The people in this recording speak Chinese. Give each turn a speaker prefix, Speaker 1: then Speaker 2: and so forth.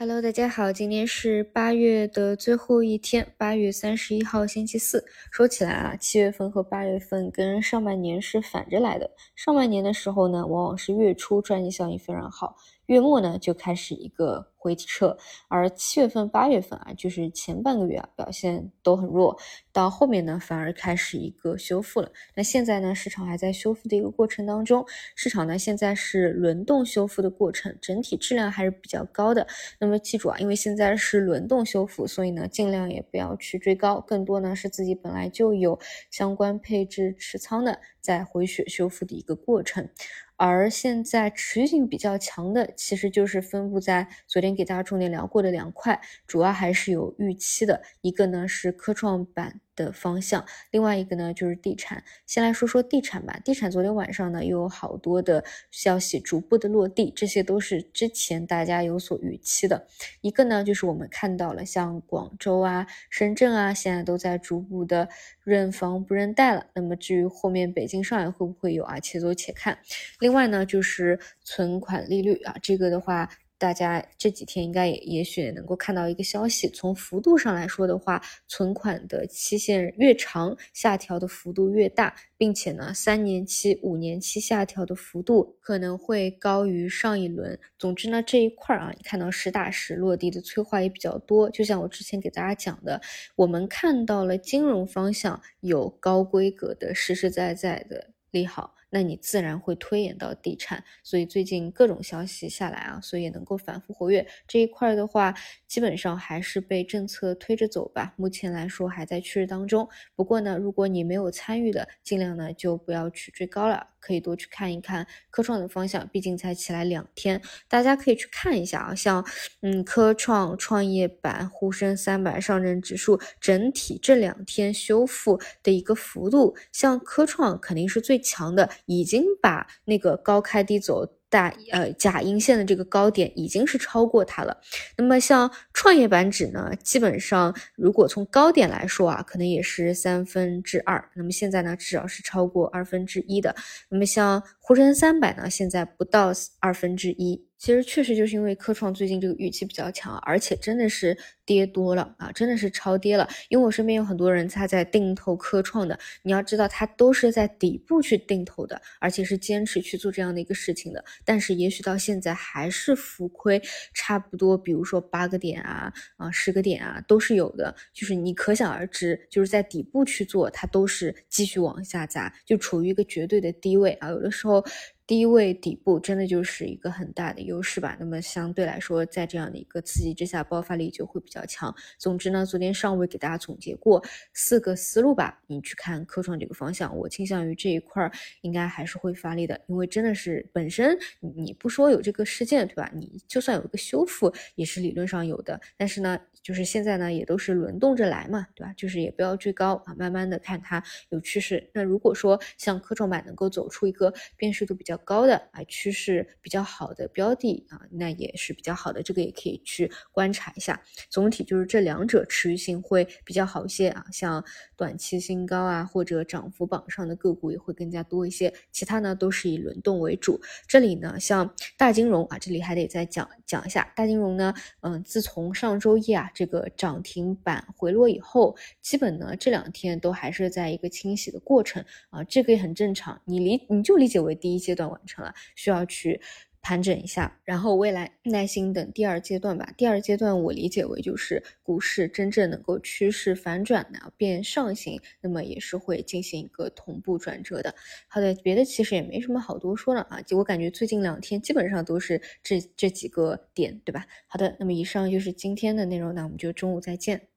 Speaker 1: Hello，大家好，今天是8月的最后一天，8月31号星期四。说起来啊，7月份和8月份跟上半年是反着来的。上半年的时候呢，往往是月初赚钱效应非常好，月末呢就开始一个回撤，而7月份、8月份啊，就是前半个月啊表现都很弱，到后面呢反而开始一个修复了。那现在呢，市场还在修复的一个过程当中，市场呢现在是轮动修复的过程，整体质量还是比较高的。那么记住啊，因为现在是轮动修复，所以呢尽量也不要去追高，更多呢是自己本来就有相关配置持仓的，在回血修复的一个过程。而现在持续性比较强的，其实就是分布在昨天给大家重点聊过的两块，主要还是有预期的，一个呢是科创板的方向，另外一个呢就是地产。先来说说地产吧，地产昨天晚上呢又有好多的消息逐步的落地，这些都是之前大家有所预期的。一个呢就是我们看到了像广州啊、深圳啊，现在都在逐步的认房不认贷了，那么至于后面北京、上海会不会有啊，且走且看。另外呢就是存款利率啊，这个的话大家这几天应该也许能够看到一个消息，从幅度上来说的话，存款的期限越长，下调的幅度越大，并且呢3年期、5年期下调的幅度可能会高于上一轮。总之呢这一块啊，你看到实打实落地的催化也比较多，就像我之前给大家讲的，我们看到了金融方向有高规格的实实在在的利好，那你自然会推演到地产，所以最近各种消息下来啊，所以也能够反复活跃。这一块的话，基本上还是被政策推着走吧，目前来说还在趋势当中。不过呢，如果你没有参与的，尽量呢就不要去追高了，可以多去看一看科创的方向，毕竟才起来2天，大家可以去看一下啊，像科创、创业板、沪深300、上证指数整体这2天修复的一个幅度，像科创肯定是最强的，已经把那个高开低走假阴线的这个高点已经是超过它了。那么像创业板指呢，基本上如果从高点来说啊，可能也是2/3，那么现在呢至少是超过1/2的。那么像沪深300呢，现在不到1/2。其实确实就是因为科创最近这个预期比较强，而且真的是跌多了啊，真的是超跌了。因为我身边有很多人他在定投科创的，你要知道他都是在底部去定投的，而且是坚持去做这样的一个事情的，但是也许到现在还是浮亏差不多，比如说8个点啊、10个点啊都是有的，就是你可想而知，就是在底部去做，它都是继续往下砸，就处于一个绝对的低位啊，有的时候低位底部真的就是一个很大的优势吧，那么相对来说在这样的一个刺激之下，爆发力就会比较强。总之呢，昨天上午给大家总结过4个思路吧，你去看科创这个方向，我倾向于这一块应该还是会发力的，因为真的是本身你不说有这个事件对吧，你就算有一个修复也是理论上有的，但是呢就是现在呢也都是轮动着来嘛，对吧，就是也不要追高啊，慢慢的看它有趋势。那如果说像科创板能够走出一个辨识度比较高的啊，趋势比较好的标的啊，那也是比较好的，这个也可以去观察一下。总体就是这两者持续性会比较好一些啊，像短期新高啊或者涨幅榜上的个股也会更加多一些，其他呢都是以轮动为主。这里呢像大金融啊，这里还得再讲一下大金融呢，自从上周一啊这个涨停板回落以后，基本呢这2天都还是在一个清洗的过程啊，这个也很正常，你就理解为第一阶段完成了，需要去盘整一下，然后未来耐心等第2阶段吧。第2阶段我理解为就是股市真正能够趋势反转的变上行，那么也是会进行一个同步转折的。好的，别的其实也没什么好多说了啊，我感觉最近2天基本上都是这几个点，对吧？好的，那么以上就是今天的内容，那我们就中午再见。